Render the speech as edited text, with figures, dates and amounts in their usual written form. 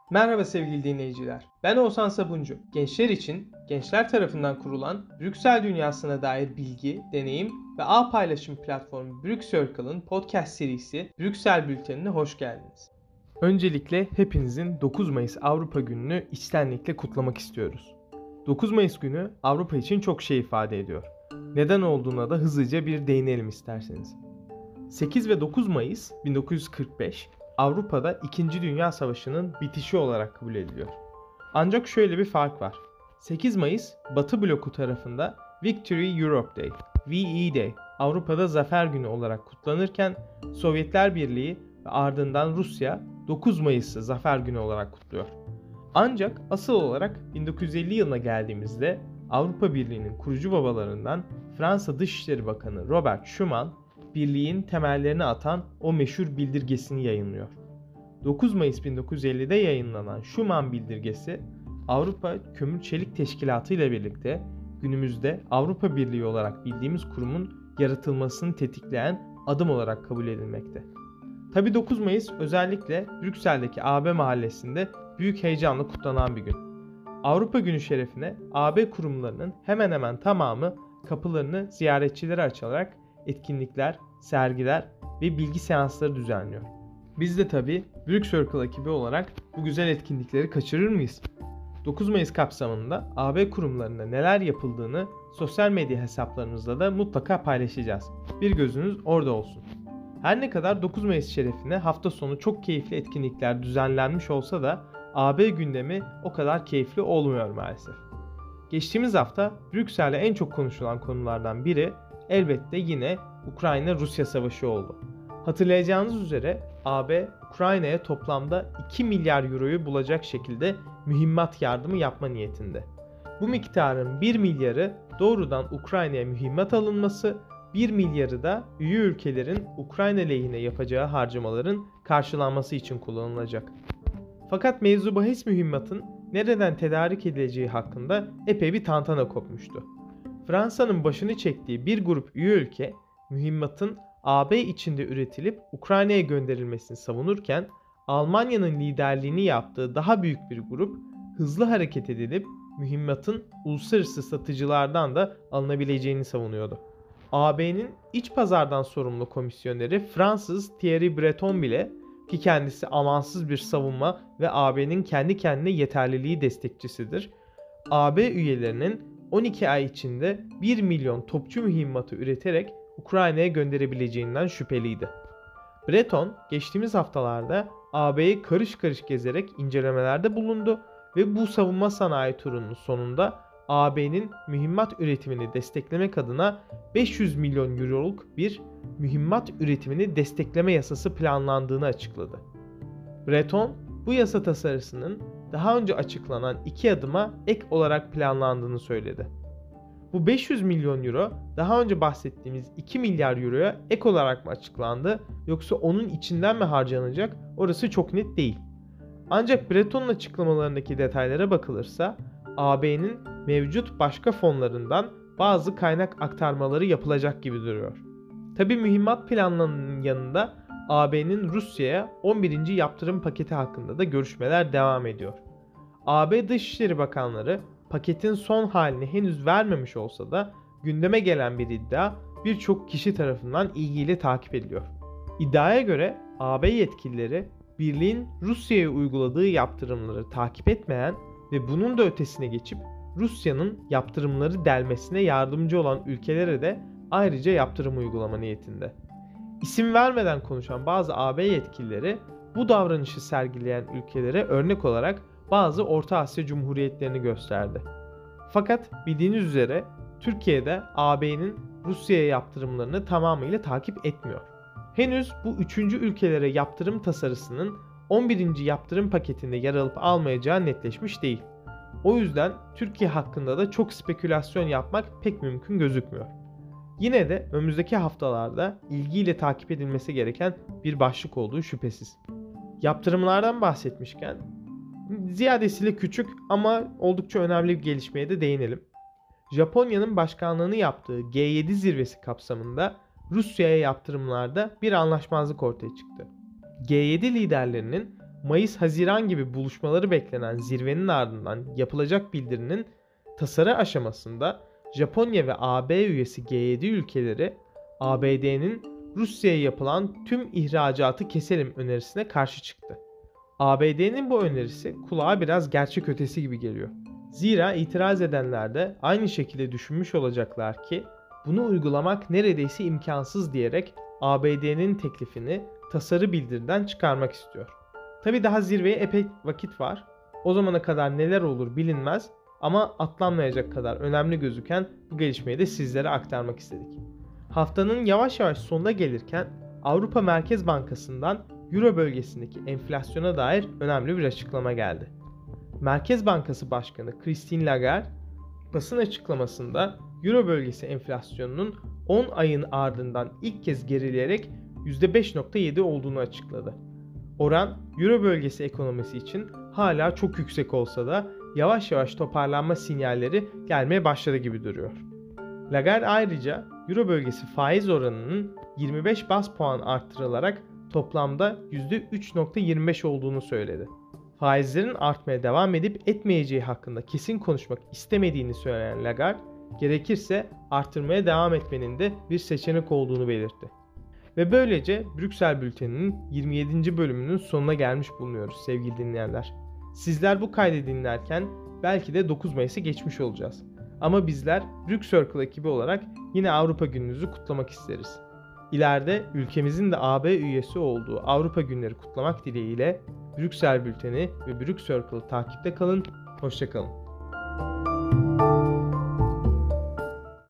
Merhaba sevgili dinleyiciler. Ben Oğuzhan Sabuncu. Gençler için gençler tarafından kurulan Brüksel dünyasına dair bilgi, deneyim ve ağ paylaşım platformu Brüksel podcast serisi Brüksel Bülteni'ne hoş geldiniz. Öncelikle hepinizin 9 Mayıs Avrupa Günü'nü içtenlikle kutlamak istiyoruz. 9 Mayıs günü Avrupa için çok şey ifade ediyor. Neden olduğuna da hızlıca bir değinelim isterseniz. 8 ve 9 Mayıs 1945 Avrupa'da 2. Dünya Savaşı'nın bitişi olarak kabul ediliyor. Ancak şöyle bir fark var. 8 Mayıs Batı bloku tarafında Victory Europe Day, VE Day, Avrupa'da Zafer Günü olarak kutlanırken Sovyetler Birliği ve ardından Rusya 9 Mayıs'ı Zafer Günü olarak kutluyor. Ancak asıl olarak 1950 yılına geldiğimizde Avrupa Birliği'nin kurucu babalarından Fransa Dışişleri Bakanı Robert Schuman birliğin temellerini atan o meşhur bildirgesini yayınlıyor. 9 Mayıs 1950'de yayınlanan Schuman bildirgesi Avrupa Kömür Çelik Teşkilatı ile birlikte günümüzde Avrupa Birliği olarak bildiğimiz kurumun yaratılmasını tetikleyen adım olarak kabul edilmekte. Tabi 9 Mayıs özellikle Brüksel'deki AB mahallesinde büyük heyecanla kutlanan bir gün. Avrupa Günü şerefine AB kurumlarının hemen hemen tamamı kapılarını ziyaretçilere açarak etkinlikler, sergiler ve bilgi seansları düzenliyor. Biz de tabii Brüksel ekibi olarak bu güzel etkinlikleri kaçırır mıyız? 9 Mayıs kapsamında AB kurumlarında neler yapıldığını sosyal medya hesaplarımızda da mutlaka paylaşacağız. Bir gözünüz orada olsun. Her ne kadar 9 Mayıs şerefine hafta sonu çok keyifli etkinlikler düzenlenmiş olsa da AB gündemi o kadar keyifli olmuyor maalesef. Geçtiğimiz hafta Brüksel'de en çok konuşulan konulardan biri elbette yine Ukrayna-Rusya savaşı oldu. Hatırlayacağınız üzere AB Ukrayna'ya toplamda 2 milyar euroyu bulacak şekilde mühimmat yardımı yapma niyetinde. Bu miktarın 1 milyarı doğrudan Ukrayna'ya mühimmat alınması, 1 milyarı da üye ülkelerin Ukrayna lehine yapacağı harcamaların karşılanması için kullanılacak. Fakat mevzu bahis mühimmatın nereden tedarik edileceği hakkında epey bir tantana kopmuştu. Fransa'nın başını çektiği bir grup üye ülke mühimmatın AB içinde üretilip Ukrayna'ya gönderilmesini savunurken Almanya'nın liderliğini yaptığı daha büyük bir grup hızlı hareket edilip mühimmatın uluslararası satıcılardan da alınabileceğini savunuyordu. AB'nin iç pazardan sorumlu komisyoneri Fransız Thierry Breton bile ki kendisi amansız bir savunma ve AB'nin kendi kendine yeterliliği destekçisidir. AB üyelerinin 12 ay içinde 1 milyon topçu mühimmatı üreterek Ukrayna'ya gönderebileceğinden şüpheliydi. Breton geçtiğimiz haftalarda AB'yi karış karış gezerek incelemelerde bulundu ve bu savunma sanayi turunun sonunda AB'nin mühimmat üretimini desteklemek adına 500 milyon euroluk bir mühimmat üretimini destekleme yasası planlandığını açıkladı. Breton bu yasa tasarısının daha önce açıklanan 2 adıma ek olarak planlandığını söyledi. Bu 500 milyon euro daha önce bahsettiğimiz 2 milyar euroya ek olarak mı açıklandı yoksa onun içinden mi harcanacak orası çok net değil. Ancak Breton'un açıklamalarındaki detaylara bakılırsa AB'nin mevcut başka fonlarından bazı kaynak aktarmaları yapılacak gibi duruyor. Tabi mühimmat planlarının yanında AB'nin Rusya'ya 11. yaptırım paketi hakkında da görüşmeler devam ediyor. AB Dışişleri Bakanları paketin son halini henüz vermemiş olsa da gündeme gelen bir iddia birçok kişi tarafından ilgiyle takip ediliyor. İddiaya göre AB yetkilileri birliğin Rusya'ya uyguladığı yaptırımları takip etmeyen ve bunun da ötesine geçip Rusya'nın yaptırımları delmesine yardımcı olan ülkelere de ayrıca yaptırım uygulama niyetinde. İsim vermeden konuşan bazı AB yetkilileri bu davranışı sergileyen ülkelere örnek olarak bazı Orta Asya Cumhuriyetlerini gösterdi. Fakat bildiğiniz üzere Türkiye'de AB'nin Rusya'ya yaptırımlarını tamamıyla takip etmiyor. Henüz bu üçüncü ülkelere yaptırım tasarısının 11. yaptırım paketinde yer alıp almayacağı netleşmiş değil. O yüzden Türkiye hakkında da çok spekülasyon yapmak pek mümkün gözükmüyor. Yine de önümüzdeki haftalarda ilgiyle takip edilmesi gereken bir başlık olduğu şüphesiz. Yaptırımlardan bahsetmişken ziyadesiyle küçük ama oldukça önemli bir gelişmeye de değinelim. Japonya'nın başkanlığını yaptığı G7 zirvesi kapsamında Rusya'ya yaptırımlarda bir anlaşmazlık ortaya çıktı. G7 liderlerinin Mayıs-Haziran gibi buluşmaları beklenen zirvenin ardından yapılacak bildirinin tasarı aşamasında Japonya ve AB üyesi G7 ülkeleri ABD'nin Rusya'ya yapılan tüm ihracatı keselim önerisine karşı çıktı. ABD'nin bu önerisi kulağa biraz gerçek ötesi gibi geliyor. Zira itiraz edenler de aynı şekilde düşünmüş olacaklar ki bunu uygulamak neredeyse imkansız diyerek ABD'nin teklifini tasarı bildiriden çıkarmak istiyor. Tabi daha zirveye epey vakit var. O zamana kadar neler olur bilinmez ama atlanmayacak kadar önemli gözüken bu gelişmeyi de sizlere aktarmak istedik. Haftanın yavaş yavaş sonuna gelirken Avrupa Merkez Bankası'ndan Euro bölgesindeki enflasyona dair önemli bir açıklama geldi. Merkez Bankası Başkanı Christine Lagarde basın açıklamasında Euro bölgesi enflasyonunun 10 ayın ardından ilk kez gerileyerek %5.7 olduğunu açıkladı. Oran Euro bölgesi ekonomisi için hala çok yüksek olsa da yavaş yavaş toparlanma sinyalleri gelmeye başladı gibi duruyor. Lagarde ayrıca Euro bölgesi faiz oranının 25 baz puan arttırılarak toplamda %3.25 olduğunu söyledi. Faizlerin artmaya devam edip etmeyeceği hakkında kesin konuşmak istemediğini söyleyen Lagarde, gerekirse artırmaya devam etmenin de bir seçenek olduğunu belirtti. Ve böylece Brüksel Bülteni'nin 27. bölümünün sonuna gelmiş bulunuyoruz sevgili dinleyenler. Sizler bu kaydı dinlerken belki de 9 Mayıs'ı geçmiş olacağız. Ama bizler Brüksel Circle ekibi olarak yine Avrupa Gününüzü kutlamak isteriz. İleride ülkemizin de AB üyesi olduğu Avrupa Günleri kutlamak dileğiyle Brüksel Bülteni ve Brüksel Circle'ı takipte kalın, hoşça kalın.